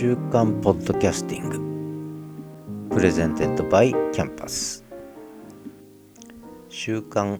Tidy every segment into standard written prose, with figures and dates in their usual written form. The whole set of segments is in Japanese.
週刊ポッドキャスティングプレゼンテッドバイキャンパス週刊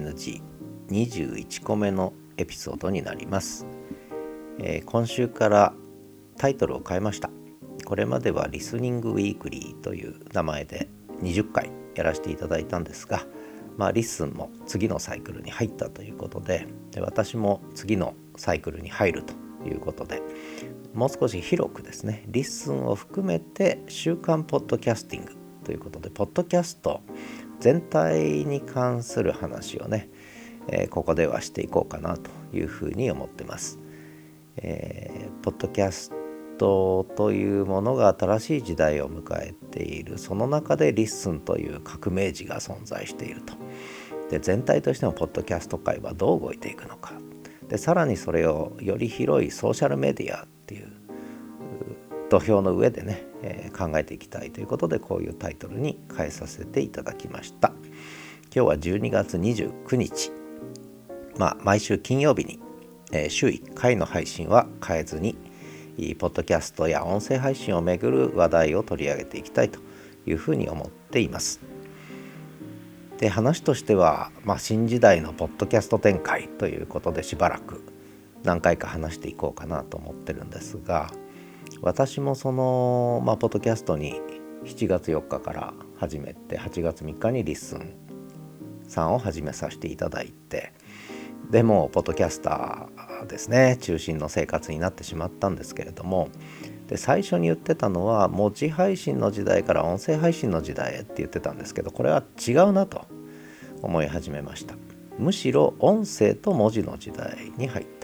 ING21 個目のエピソードになります。今週からタイトルを変えました。これまではリスニングウィークリーという名前で20回やらせていただいたんですが、リッスンも次のサイクルに入ったということで、私も次のサイクルに入るということで、もう少し広くですね、リッスンを含めて週刊ポッドキャスティングということで、ポッドキャスト全体に関する話をね、ここではしていこうかなというふうに思ってます。ポッドキャストというものが新しい時代を迎えている。その中でリッスンという革命児が存在していると。で、全体としてのポッドキャスト界はどう動いていくのか。で、さらにそれをより広いソーシャルメディアっていう土俵の上でね、考えていきたいということで、こういうタイトルに変えさせていただきました。今日は12月29日、毎週金曜日に、週1回の配信は変えずに、ポッドキャストや音声配信をめぐる話題を取り上げていきたいというふうに思っています。で、話としては、新時代のポッドキャスト展開ということで、しばらく何回か話していこうかなと思ってるんですが、私もその、ポッドキャストに7月4日から始めて、8月3日にリッスンさんを始めさせていただいて、でもポッドキャスターですね、中心の生活になってしまったんですけれども、で、最初に言ってたのは文字配信の時代から音声配信の時代へって言ってたんですけど、これは違うなと思い始めました。むしろ音声と文字の時代に入った。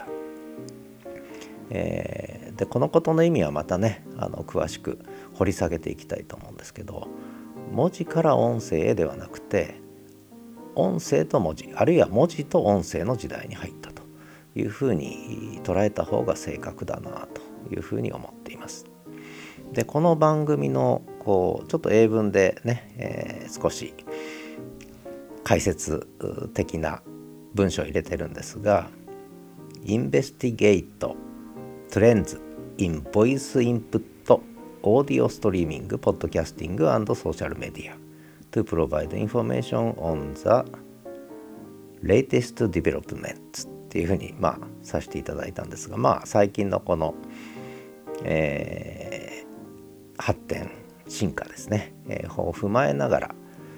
で、このことの意味はまたね、詳しく掘り下げていきたいと思うんですけど、文字から音声へではなくて、音声と文字、あるいは文字と音声の時代に入ったというふうに捉えた方が正確だなというふうに思っています。で、この番組のちょっと英文でね、少し解説的な文章を入れてるんですが、Investigate Trends in Voice Input, Audio Streaming, Podcasting and Social Media to provide information on the latest developments っていうふうにさせていただいたんですが、最近のこの、発展進化ですね、を踏まえなが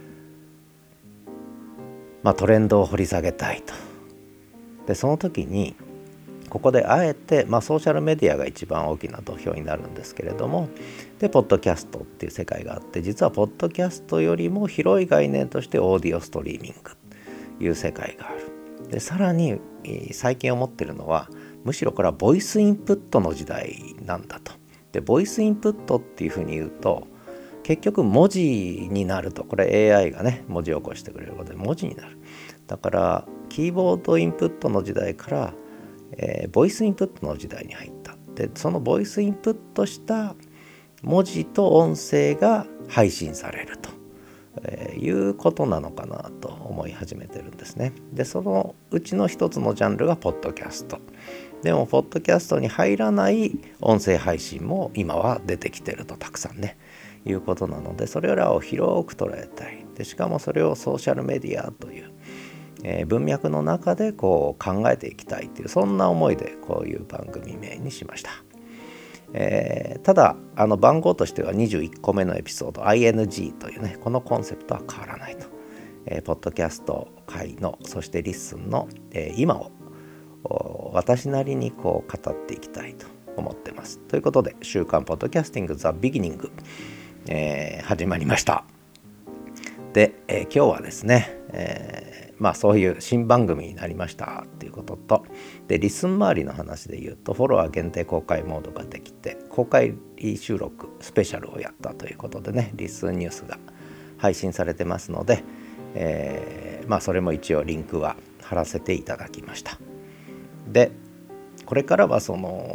ら、トレンドを掘り下げたいと。で、その時にここであえて、ソーシャルメディアが一番大きな土俵になるんですけれども、で、ポッドキャストっていう世界があって、実はポッドキャストよりも広い概念としてオーディオストリーミングという世界がある。で、さらに最近思ってるのは、むしろこれはボイスインプットの時代なんだと。で、ボイスインプットっていうふうに言うと、結局文字になると、これ AI がね、文字起こしてくれることで文字になる。だからキーボードインプットの時代からボイスインプットの時代に入った。で、そのボイスインプットした文字と音声が配信されると、いうことなのかなと思い始めてるんですね。で、そのうちの一つのジャンルがポッドキャスト。でもポッドキャストに入らない音声配信も今は出てきてると、たくさんね、いうことなので、それらを広く捉えたい。で、しかもそれをソーシャルメディアという文脈の中で考えていきたいという、そんな思いでこういう番組名にしました。ただ番号としては21個目のエピソード ING というね、このコンセプトは変わらないと。ポッドキャスト界の、そしてリッスンの、今を私なりに語っていきたいと思ってます。ということで、週刊ポッドキャスティングザ・ビギニング、始まりました。で、今日はですね、そういう新番組になりましたっていうことと、で、リスン周りの話で言うと、フォロワー限定公開モードができて、公開収録スペシャルをやったということでね、リスンニュースが配信されてますので、それも一応リンクは貼らせていただきました。で、これからは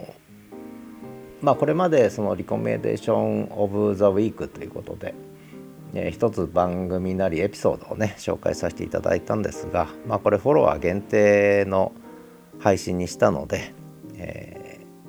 これまでリコメンデーションオブザウィークということで、一つ番組なりエピソードをね、紹介させていただいたんですが、これフォロワー限定の配信にしたので、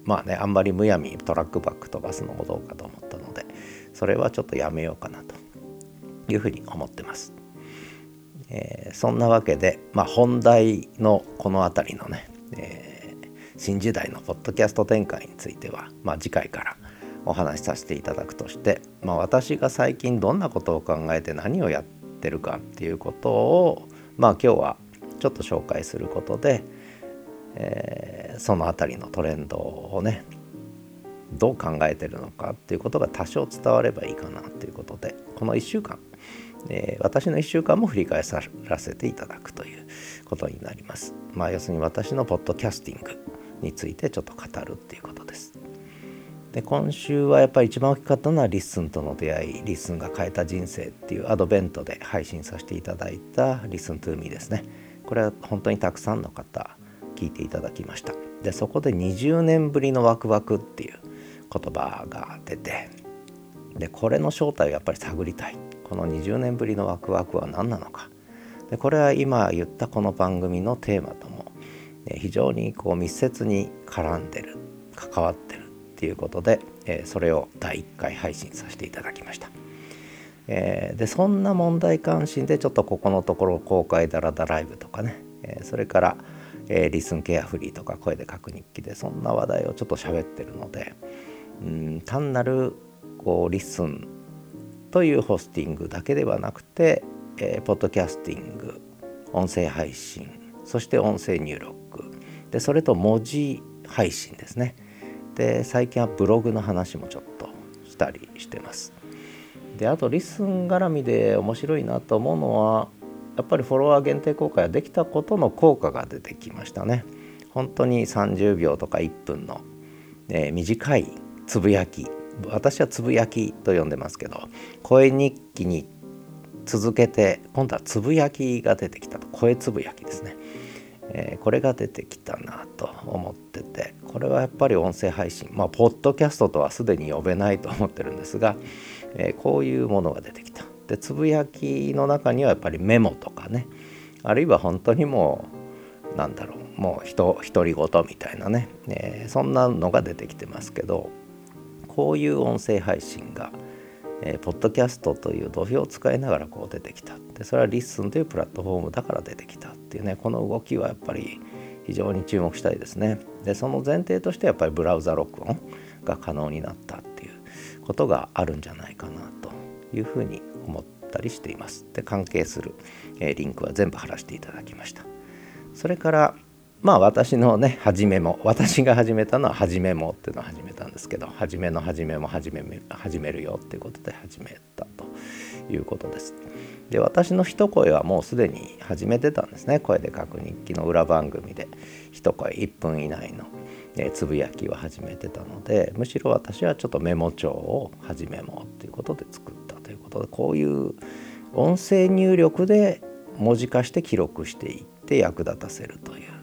あんまりむやみにトラックバック飛ばすのもどうかと思ったので、それはちょっとやめようかなというふうに思ってます。そんなわけで、本題のこの辺りのね、新時代のポッドキャスト展開については、次回からお話しさせていただくとして、私が最近どんなことを考えて何をやってるかっていうことを、今日はちょっと紹介することで、そのあたりのトレンドをねどう考えてるのかっていうことが多少伝わればいいかなということで、この1週間、私の1週間も振り返らせていただくということになります。要するに私のポッドキャスティングについてちょっと語るっていうことです。で、今週はやっぱり一番大きかったのはリッスンとの出会い、リッスンが変えた人生っていうアドベントで配信させていただいたリッスントゥーミーですね。これは本当にたくさんの方聞いていただきました。で、そこで20年ぶりのワクワクっていう言葉が出て、でこれの正体をやっぱり探りたい。この20年ぶりのワクワクは何なのか。でこれは今言ったこの番組のテーマとも非常に密接に絡んでる、関わってるっていうことで、それを第1回配信させていただきました。でそんな問題関心でちょっとここのところ公開ダラダライブとかね、それからリスンケアフリーとか声で書く日記でそんな話題をちょっと喋ってるので、単なるリスンというホスティングだけではなくて、ポッドキャスティング、音声配信、そして音声入力で、それと文字配信ですね。で最近はブログの話もちょっとしたりしてます。であとリスン絡みで面白いなと思うのは、やっぱりフォロワー限定公開ができたことの効果が出てきましたね。本当に30秒とか1分の、短いつぶやき、私はつぶやきと呼んでますけど、声日記に続けて今度はつぶやきが出てきたと、声つぶやきですね。これが出てきたなと思ってて、これはやっぱり音声配信、ポッドキャストとはすでに呼べないと思ってるんですが、こういうものが出てきた。でつぶやきの中にはやっぱりメモとかね、あるいは本当にもう独り言みたいなね、そんなのが出てきてますけど、こういう音声配信が、ポッドキャストという土俵を使いながら出てきた。でそれはリッスンというプラットフォームだから出てきたっていうね、この動きはやっぱり非常に注目したいですね。でその前提としてやっぱりブラウザ録音が可能になったっていうことがあるんじゃないかなというふうに思ったりしています。で関係する、リンクは全部貼らせていただきました。それから私のね始めも、私が始めたのは始めもっていうのを始めたんですけど、始めの始めも始めるよっていうことで始めたということです。で私の一声はもうすでに始めてたんですね。声で書く日記の裏番組で一声1分以内のつぶやきを始めてたので、むしろ私はちょっとメモ帳を始めもっていうことで作ったということで、こういう音声入力で文字化して記録していって役立たせるという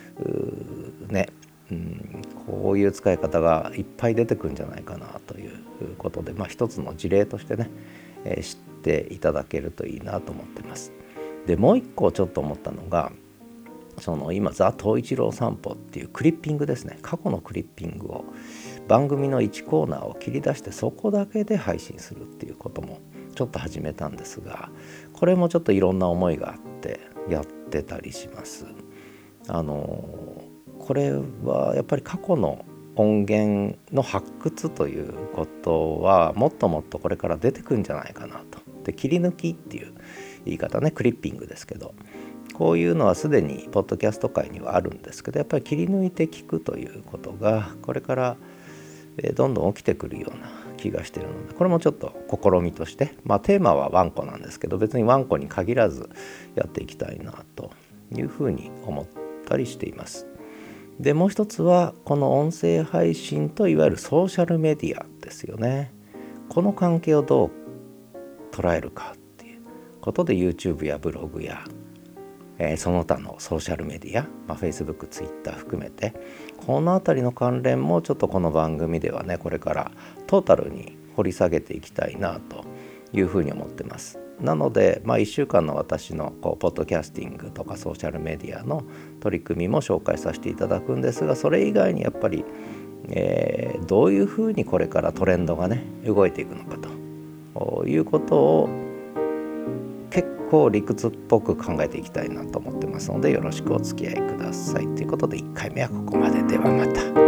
こういう使い方がいっぱい出てくるんじゃないかなということで、一つの事例としてね、知っていただけるといいなと思ってます。でもう一個ちょっと思ったのが、今ザ・東一郎散歩っていうクリッピングですね。過去のクリッピングを番組の1コーナーを切り出してそこだけで配信するっていうこともちょっと始めたんですが、これもちょっといろんな思いがあってやってたりします。これはやっぱり過去の音源の発掘ということはもっともっとこれから出てくるんじゃないかなと。で切り抜きっていう言い方ね、クリッピングですけど、こういうのはすでにポッドキャスト界にはあるんですけど、やっぱり切り抜いて聞くということがこれからどんどん起きてくるような気がしているので、これもちょっと試みとして、テーマはワンコなんですけど、別にワンコに限らずやっていきたいなというふうに思ったりしています。でもう一つはこの音声配信といわゆるソーシャルメディアですよね。この関係をどう捉えるかっていうことで YouTube やブログや、その他のソーシャルメディア、Facebook、Twitter 含めてこのあたりの関連もちょっとこの番組ではね、これからトータルに掘り下げていきたいなというふうに思ってます。なので、1週間の私のポッドキャスティングとかソーシャルメディアの取り組みも紹介させていただくんですが、それ以外にやっぱりどういうふうにこれからトレンドがね動いていくのかということを結構理屈っぽく考えていきたいなと思ってますので、よろしくお付き合いくださいということで、1回目はここまで。ではまた。